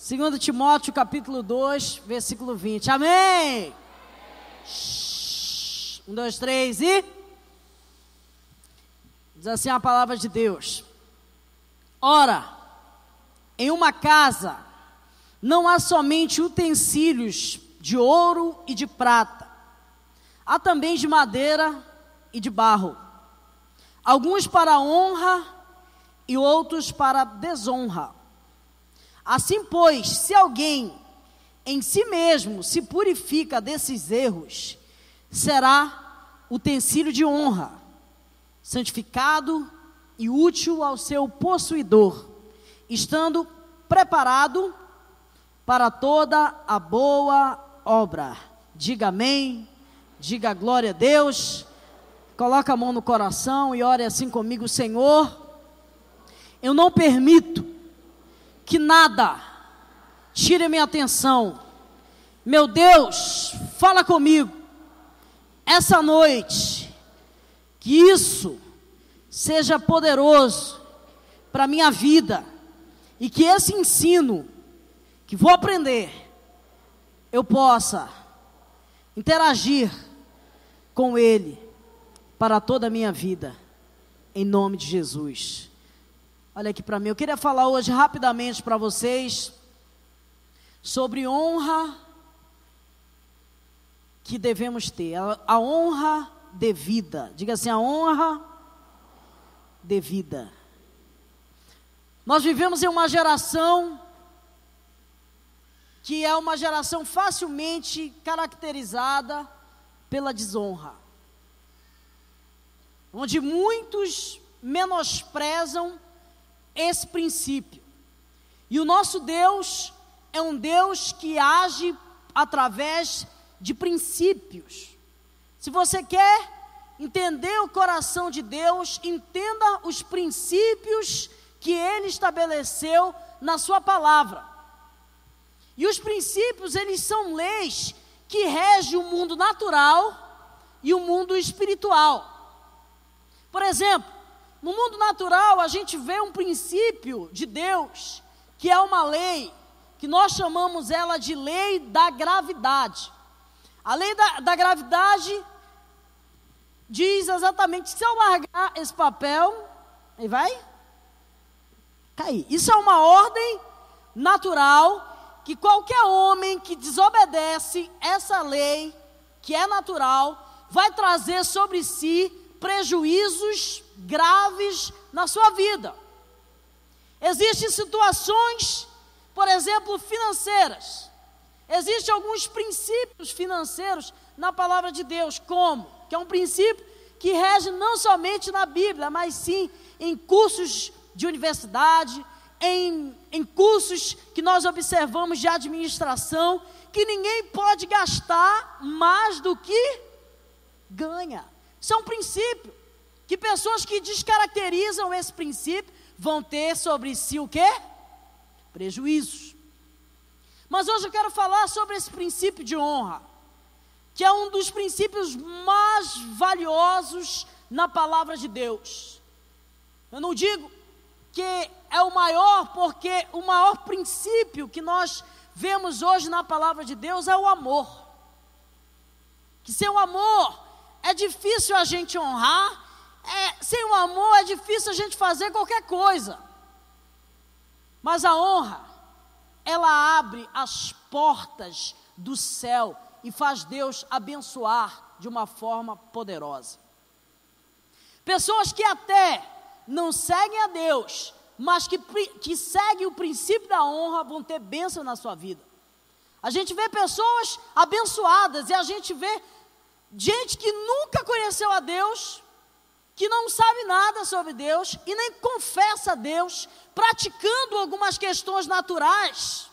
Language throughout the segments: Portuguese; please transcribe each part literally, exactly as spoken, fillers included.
Segundo Timóteo, capítulo dois, versículo vinte. Amém! Shhh. Um, dois, três e... Diz assim a palavra de Deus. Ora, em uma casa não há somente utensílios de ouro e de prata. Há também de madeira e de barro. Alguns para honra e outros para desonra. Assim, pois, se alguém em si mesmo se purifica desses erros, será utensílio de honra, santificado e útil ao seu possuidor, estando preparado para toda a boa obra. Diga amém, diga glória a Deus, coloca a mão no coração e ore assim comigo. Senhor, eu não permito que nada tire a minha atenção. Meu Deus, fala comigo essa noite, que isso seja poderoso para a minha vida, e que esse ensino que vou aprender, eu possa interagir com ele para toda a minha vida, em nome de Jesus. Olha aqui para mim, eu queria falar hoje rapidamente para vocês sobre honra que devemos ter, a, a honra devida. Diga assim, a honra devida. Nós vivemos em uma geração que é uma geração facilmente caracterizada pela desonra, onde muitos menosprezam esse princípio. E o nosso Deus é um Deus que age através de princípios. Se você quer entender o coração de Deus, entenda os princípios que Ele estabeleceu na sua palavra. E os princípios, eles são leis que regem o mundo natural e o mundo espiritual. Por exemplo, no mundo natural, a gente vê um princípio de Deus, que é uma lei, que nós chamamos ela de lei da gravidade. A lei da, da gravidade diz exatamente que se eu largar esse papel, ele vai cair. Isso é uma ordem natural, que qualquer homem que desobedece essa lei, que é natural, vai trazer sobre si prejuízos graves na sua vida. Existem situações, por exemplo, financeiras. Existem alguns princípios financeiros na palavra de Deus, como? Que é um princípio que rege não somente na Bíblia, mas sim em cursos de universidade, em, em cursos que nós observamos de administração, que ninguém pode gastar mais do que ganha. Isso é um princípio, que pessoas que descaracterizam esse princípio vão ter sobre si o quê? Prejuízos. Mas hoje eu quero falar sobre esse princípio de honra, que é um dos princípios mais valiosos na palavra de Deus. Eu não digo que é o maior, porque o maior princípio que nós vemos hoje na palavra de Deus é o amor. Que sem o amor é difícil a gente honrar, é, sem o amor é difícil a gente fazer qualquer coisa. Mas a honra, ela abre as portas do céu e faz Deus abençoar de uma forma poderosa. Pessoas que até não seguem a Deus, mas que, que seguem o princípio da honra, vão ter bênção na sua vida. A gente vê pessoas abençoadas, e a gente vê gente que nunca conheceu a Deus, que não sabe nada sobre Deus e nem confessa a Deus, praticando algumas questões naturais,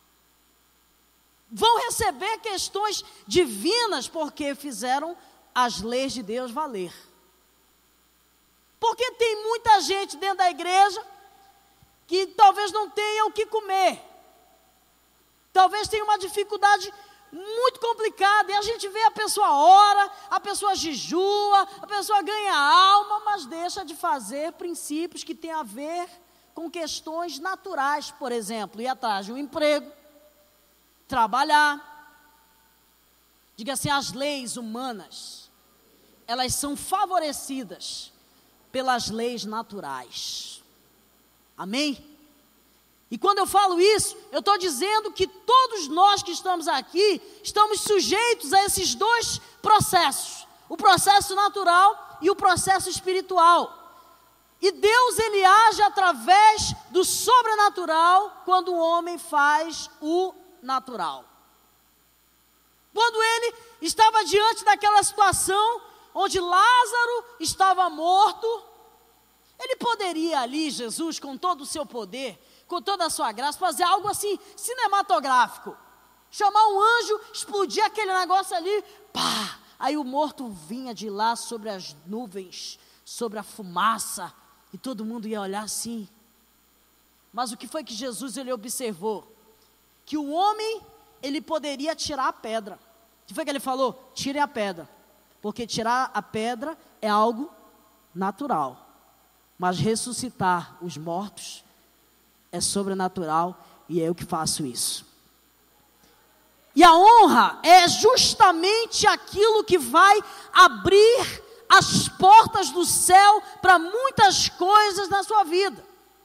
vão receber questões divinas porque fizeram as leis de Deus valer. Porque tem muita gente dentro da igreja que talvez não tenha o que comer, talvez tenha uma dificuldade muito complicada, e a gente vê a pessoa ora, a pessoa jejua, a pessoa ganha alma, mas deixa de fazer princípios que têm a ver com questões naturais, por exemplo, ir atrás de um emprego, trabalhar. Diga assim, as leis humanas, elas são favorecidas pelas leis naturais. Amém? E quando eu falo isso, eu estou dizendo que todos nós que estamos aqui, estamos sujeitos a esses dois processos, o processo natural e o processo espiritual. E Deus, Ele age através do sobrenatural, quando o homem faz o natural. Quando ele estava diante daquela situação, onde Lázaro estava morto, ele poderia ali, Jesus, com todo o seu poder, com toda a sua graça, fazer algo assim, cinematográfico. Chamar um anjo, explodir aquele negócio ali, pá! Aí o morto vinha de lá sobre as nuvens, sobre a fumaça, e todo mundo ia olhar assim. Mas o que foi que Jesus, ele observou? Que o homem, ele poderia tirar a pedra. O que foi que ele falou? Tire a pedra. Porque tirar a pedra é algo natural. Mas ressuscitar os mortos é sobrenatural, e é eu que faço isso. E a honra é justamente aquilo que vai abrir as portas do céu para muitas coisas na sua vida.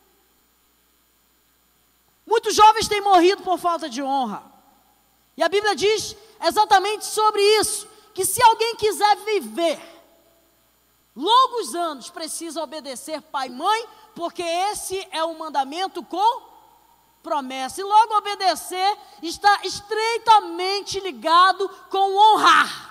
Muitos jovens têm morrido por falta de honra. E a Bíblia diz exatamente sobre isso, que se alguém quiser viver longos anos, precisa obedecer pai e mãe, porque esse é um mandamento com promessa. E logo obedecer está estreitamente ligado com honrar.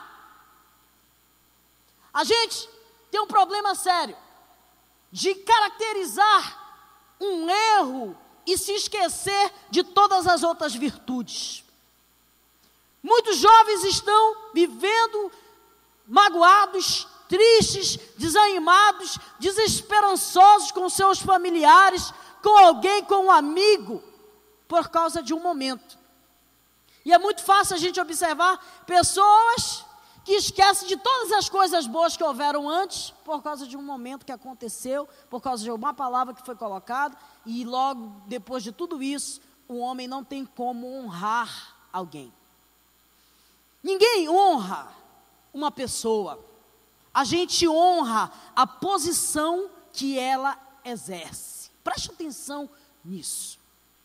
A gente tem um problema sério de caracterizar um erro e se esquecer de todas as outras virtudes. Muitos jovens estão vivendo magoados, tristes, desanimados, desesperançosos com seus familiares, com alguém, com um amigo, por causa de um momento. E é muito fácil a gente observar pessoas que esquecem de todas as coisas boas que houveram antes, por causa de um momento que aconteceu, por causa de uma palavra que foi colocada, e logo depois de tudo isso, o homem não tem como honrar alguém. Ninguém honra uma pessoa, a gente honra a posição que ela exerce. Preste atenção nisso.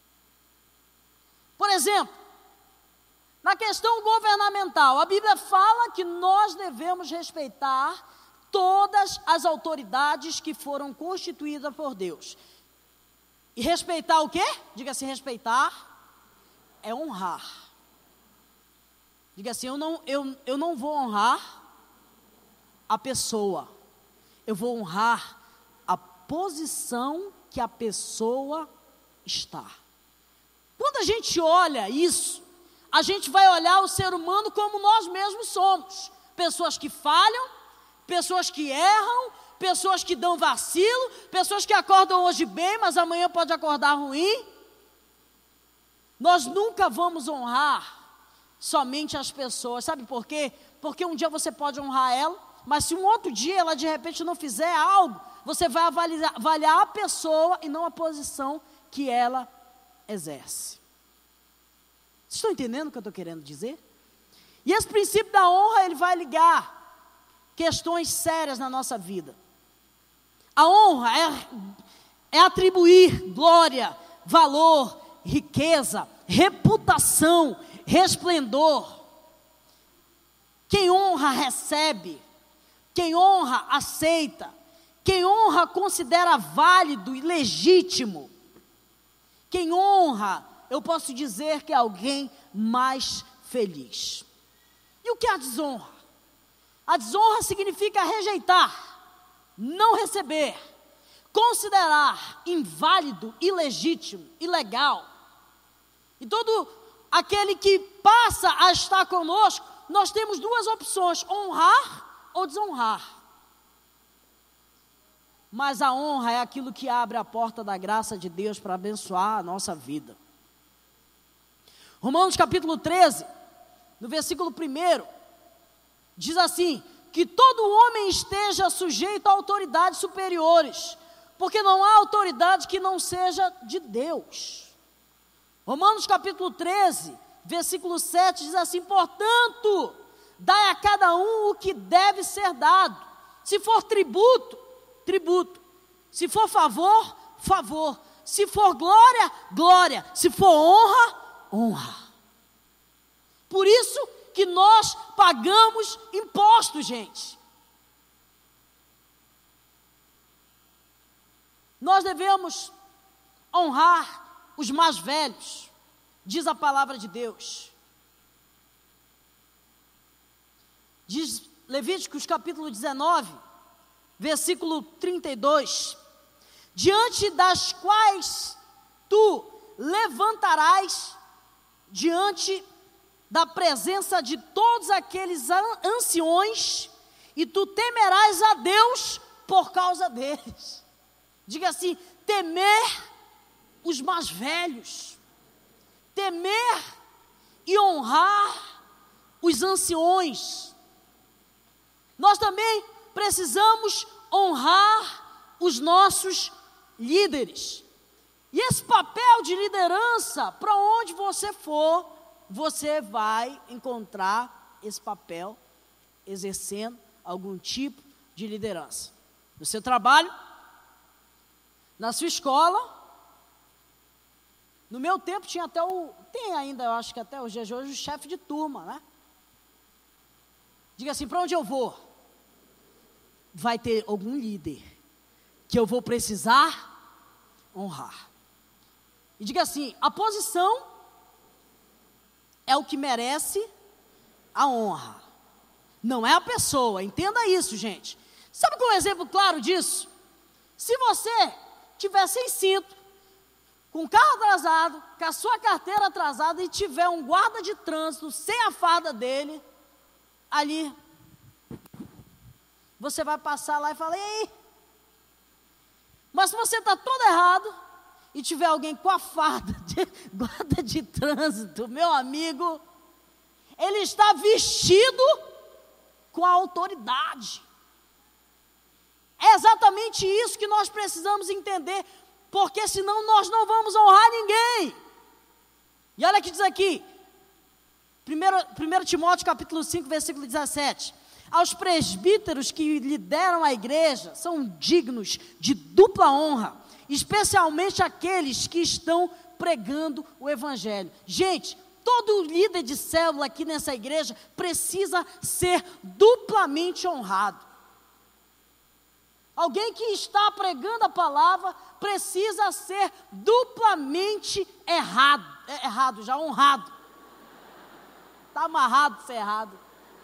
Por exemplo, na questão governamental, a Bíblia fala que nós devemos respeitar todas as autoridades que foram constituídas por Deus. E respeitar o quê? Diga-se, respeitar é honrar. Diga assim, eu não, eu, eu não vou honrar a pessoa, eu vou honrar a posição que a pessoa está. Quando a gente olha isso, a gente vai olhar o ser humano como nós mesmos somos. Pessoas que falham, pessoas que erram, pessoas que dão vacilo, pessoas que acordam hoje bem, mas amanhã pode acordar ruim. Nós nunca vamos honrar somente as pessoas, sabe por quê? Porque um dia você pode honrar ela, mas se um outro dia ela de repente não fizer algo, você vai avaliar, avaliar a pessoa e não a posição que ela exerce. Vocês estão entendendo o que eu estou querendo dizer? E esse princípio da honra, ele vai ligar questões sérias na nossa vida. A honra é, é atribuir glória, valor, riqueza, reputação, resplendor. Quem honra recebe, quem honra aceita, quem honra considera válido e legítimo. Quem honra, eu posso dizer que é alguém mais feliz. E o que é a desonra? A desonra significa rejeitar, não receber, considerar inválido, ilegítimo, ilegal. E todo aquele que passa a estar conosco, nós temos duas opções, honrar ou desonrar. Mas a honra é aquilo que abre a porta da graça de Deus para abençoar a nossa vida. Romanos capítulo treze, no versículo primeiro, diz assim, que todo homem esteja sujeito a autoridades superiores, porque não há autoridade que não seja de Deus. Romanos capítulo treze, versículo sete diz assim: portanto, dai a cada um o que deve ser dado. Se for tributo, tributo. Se for favor, favor. Se for glória, glória. Se for honra, honra. Por isso que nós pagamos imposto, gente. Nós devemos honrar os mais velhos, diz a palavra de Deus. Diz Levíticos capítulo dezenove, versículo trinta e dois: diante das quais tu levantarás diante da presença de todos aqueles anciões, e tu temerás a Deus por causa deles. Diga assim: temer os mais velhos, temer e honrar os anciões. Nós também precisamos honrar os nossos líderes. E esse papel de liderança, para onde você for, você vai encontrar esse papel exercendo algum tipo de liderança. No seu trabalho, na sua escola. No meu tempo tinha até o, tem ainda, eu acho que até os dias de hoje, o chefe de turma, né? Diga assim: para onde eu vou? Vai ter algum líder que eu vou precisar honrar. E diga assim: a posição é o que merece a honra, não é a pessoa. Entenda isso, gente. Sabe qual é um exemplo claro disso? Se você tiver sem cinto, com o carro atrasado, com a sua carteira atrasada, e tiver um guarda de trânsito sem a farda dele, ali, você vai passar lá e falar: ei! Mas se você está todo errado, e tiver alguém com a farda de guarda de trânsito, meu amigo, ele está vestido com a autoridade. É exatamente isso que nós precisamos entender, porque senão nós não vamos honrar ninguém. E olha o que diz aqui, primeiro Timóteo capítulo cinco, versículo dezessete: aos presbíteros que lideram a igreja, são dignos de dupla honra, especialmente aqueles que estão pregando o evangelho. Gente, todo líder de célula aqui nessa igreja precisa ser duplamente honrado. Alguém que está pregando a palavra precisa ser duplamente errado, é, errado já, honrado. Está amarrado ser errado.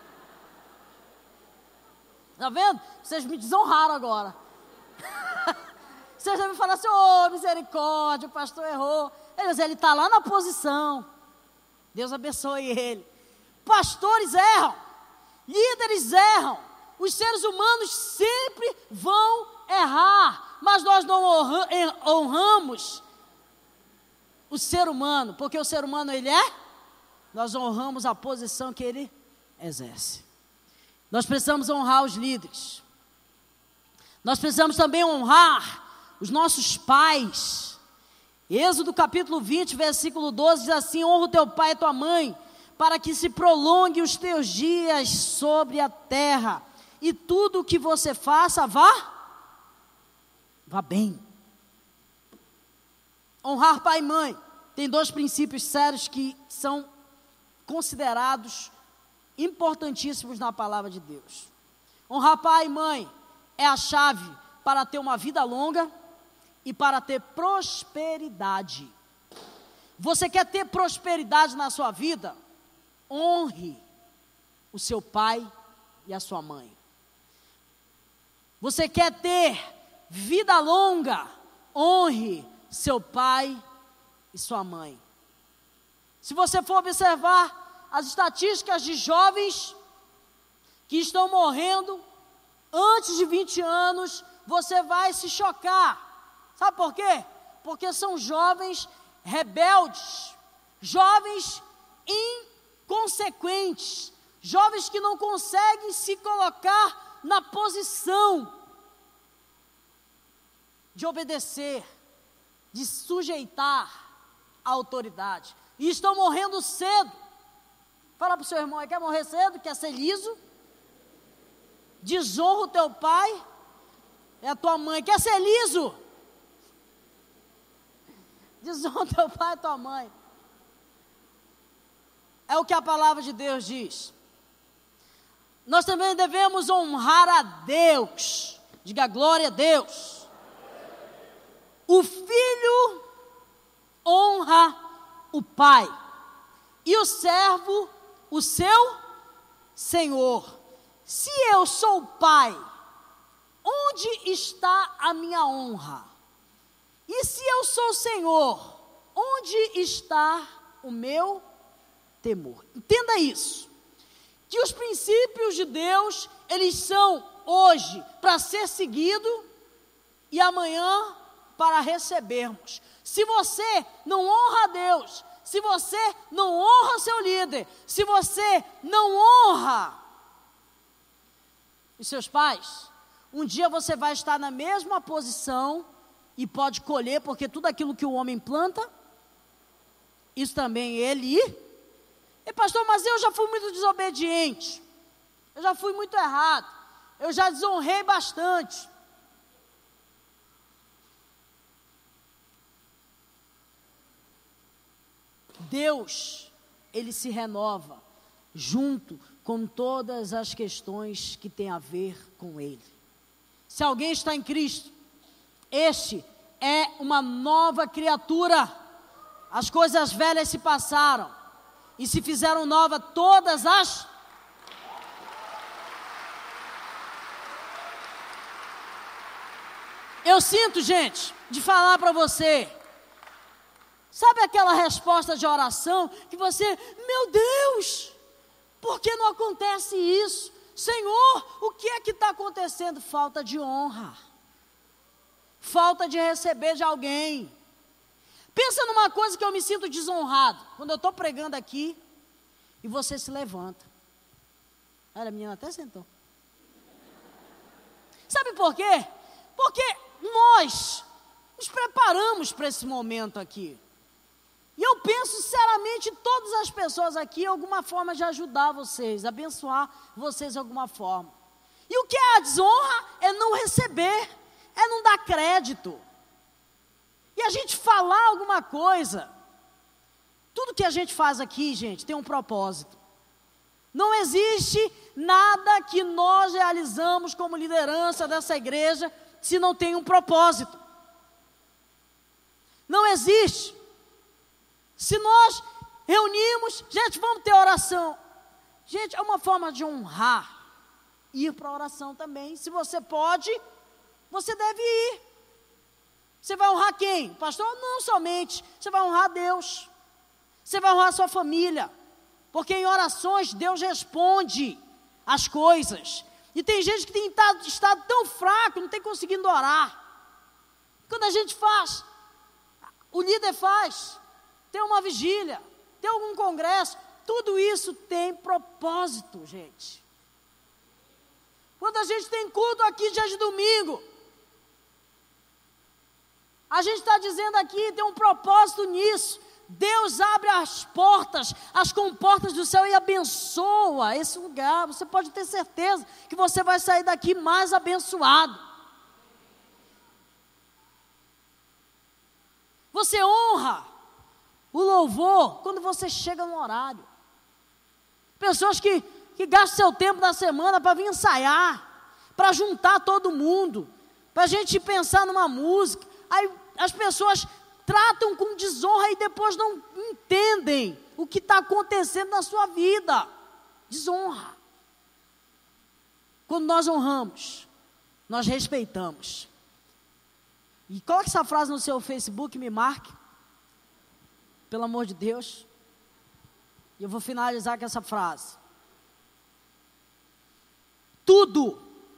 Está vendo? Vocês me desonraram agora. Vocês devem falar assim: ô, oh, misericórdia, o pastor errou. Ele está lá na posição. Deus abençoe ele. Pastores erram, líderes erram. Os seres humanos sempre vão errar, mas nós não honra, honramos o ser humano, porque o ser humano ele é, nós honramos a posição que ele exerce. Nós precisamos honrar os líderes. Nós precisamos também honrar os nossos pais. Êxodo capítulo vinte, versículo doze diz assim: honra o teu pai e tua mãe, para que se prolongue os teus dias sobre a terra, e tudo o que você faça, vá, vá bem. Honrar pai e mãe tem dois princípios sérios que são considerados importantíssimos na palavra de Deus. Honrar pai e mãe é a chave para ter uma vida longa e para ter prosperidade. Você quer ter prosperidade na sua vida? Honre o seu pai e a sua mãe. Você quer ter vida longa? Honre seu pai e sua mãe. Se você for observar as estatísticas de jovens que estão morrendo antes de vinte anos, você vai se chocar. Sabe por quê? Porque são jovens rebeldes, jovens inconsequentes, jovens que não conseguem se colocar na posição. de obedecer, de sujeitar a autoridade. E estão morrendo cedo. Fala para o seu irmão, quer morrer cedo? Quer ser liso? Desonra o teu pai, é a tua mãe. Quer ser liso? Desonra o teu pai e tua mãe. É o que a palavra de Deus diz. Nós também devemos honrar a Deus. Diga glória a Deus. O filho honra o pai, e o servo o seu senhor. Se eu sou pai, onde está a minha honra? E se eu sou senhor, onde está o meu temor? Entenda isso, que os princípios de Deus, eles são hoje para ser seguido e amanhã para recebermos. Se você não honra a Deus, se você não honra seu líder, se você não honra os seus pais, um dia você vai estar na mesma posição e pode colher, porque tudo aquilo que o homem planta, isso também ele... E pastor, mas eu já fui muito desobediente, eu já fui muito errado, eu já desonrei bastante. Deus, ele se renova junto com todas as questões que tem a ver com ele. Se alguém está em Cristo, este é uma nova criatura. As coisas velhas se passaram e se fizeram nova todas as... Eu sinto, gente, de falar para você, sabe aquela resposta de oração que você, meu Deus, por que não acontece isso? Senhor, o que é que está acontecendo? Falta de honra, falta de receber de alguém. Pensa numa coisa que eu me sinto desonrado, quando eu estou pregando aqui e você se levanta. Olha, a menina até sentou. Sabe por quê? Porque nós nos preparamos para esse momento aqui. E eu penso sinceramente, todas as pessoas aqui, alguma forma de ajudar vocês, abençoar vocês de alguma forma. E o que é a desonra? É não receber, é não dar crédito. E a gente falar alguma coisa. Tudo que a gente faz aqui, gente, tem um propósito. Não existe nada que nós realizamos como liderança dessa igreja se não tem um propósito. Não existe. Se nós reunimos, gente, vamos ter oração. Gente, é uma forma de honrar. Ir para a oração também. Se você pode, você deve ir. Você vai honrar quem? Pastor, não somente. Você vai honrar Deus. Você vai honrar sua família. Porque em orações Deus responde as coisas. E tem gente que tem estado, estado tão fraco, não tem conseguido orar. Quando a gente faz, o líder faz, tem uma vigília, tem algum congresso, tudo isso tem propósito, gente. Quando a gente tem culto aqui dia de domingo, a gente está dizendo aqui, tem um propósito nisso. Deus abre as portas, as comportas do céu e abençoa esse lugar. Você pode ter certeza que você vai sair daqui mais abençoado. Você honra o louvor quando você chega no horário. Pessoas que, que gastam seu tempo na semana para vir ensaiar, para juntar todo mundo, para a gente pensar numa música. Aí as pessoas tratam com desonra e depois não entendem o que está acontecendo na sua vida. Desonra. Quando nós honramos, nós respeitamos. E coloque essa frase no seu Facebook, me marque, pelo amor de Deus. E eu vou finalizar com essa frase. Tudo,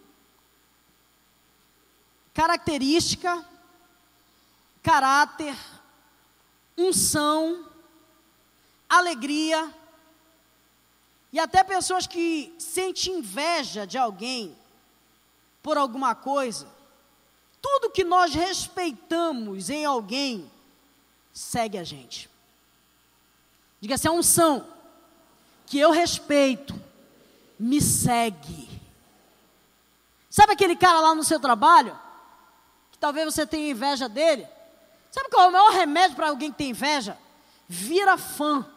característica, caráter, unção, alegria, e até pessoas que sentem inveja de alguém por alguma coisa, tudo que nós respeitamos em alguém, segue a gente. Diga assim, a unção que eu respeito, me segue. Sabe aquele cara lá no seu trabalho, que talvez você tenha inveja dele? Sabe qual é o maior remédio para alguém que tem inveja? Vira fã.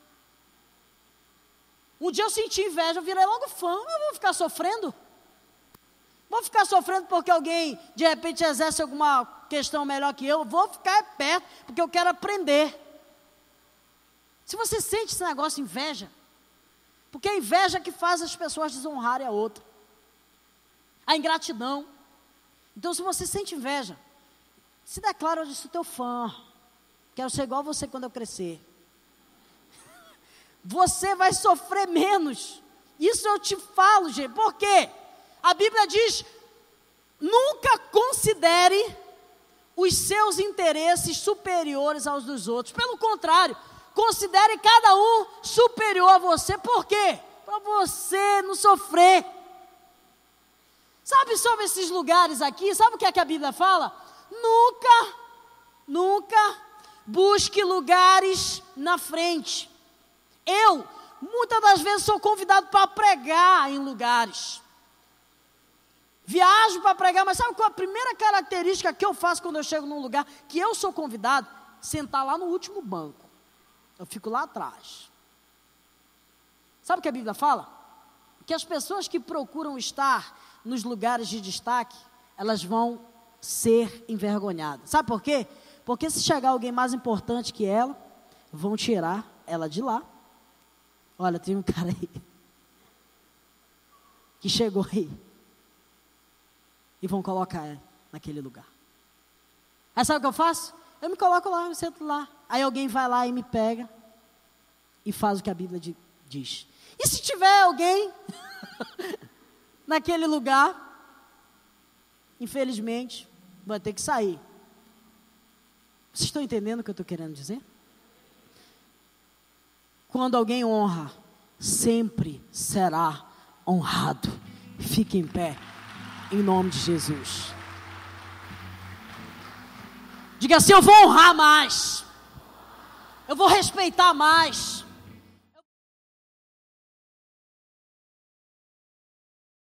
Um dia eu senti inveja, eu virei logo fã. Eu vou ficar sofrendo? Vou ficar sofrendo porque alguém, de repente, exerce alguma questão melhor que eu? Vou ficar perto, porque eu quero aprender. Se você sente esse negócio, inveja, porque a inveja é que faz as pessoas desonrarem a outra. A ingratidão. Então, se você sente inveja, se declara, eu sou teu fã. Quero ser igual a você quando eu crescer. Você vai sofrer menos. Isso eu te falo, gente. Por quê? A Bíblia diz, nunca considere os seus interesses superiores aos dos outros. Pelo contrário, considere cada um superior a você. Por quê? Para você não sofrer. Sabe sobre esses lugares aqui? Sabe o que é que a Bíblia fala? Nunca, nunca busque lugares na frente. Eu, muitas das vezes, sou convidado para pregar em lugares. Viajo para pregar, mas sabe qual é a primeira característica que eu faço quando eu chego num lugar que eu sou convidado? Sentar lá no último banco. Eu fico lá atrás. Sabe o que a Bíblia fala? Que as pessoas que procuram estar nos lugares de destaque, elas vão ser envergonhadas. Sabe por quê? Porque se chegar alguém mais importante que ela, vão tirar ela de lá. Olha, tem um cara aí que chegou aí e vão colocar ela naquele lugar. Aí sabe o que eu faço? Eu me coloco lá, eu sento lá. Aí alguém vai lá e me pega e faz o que a Bíblia diz. E se tiver alguém naquele lugar, infelizmente, vai ter que sair. Vocês estão entendendo o que eu estou querendo dizer? Quando alguém honra, sempre será honrado. Fique em pé, em nome de Jesus. Diga assim, eu vou honrar mais. Eu vou respeitar mais.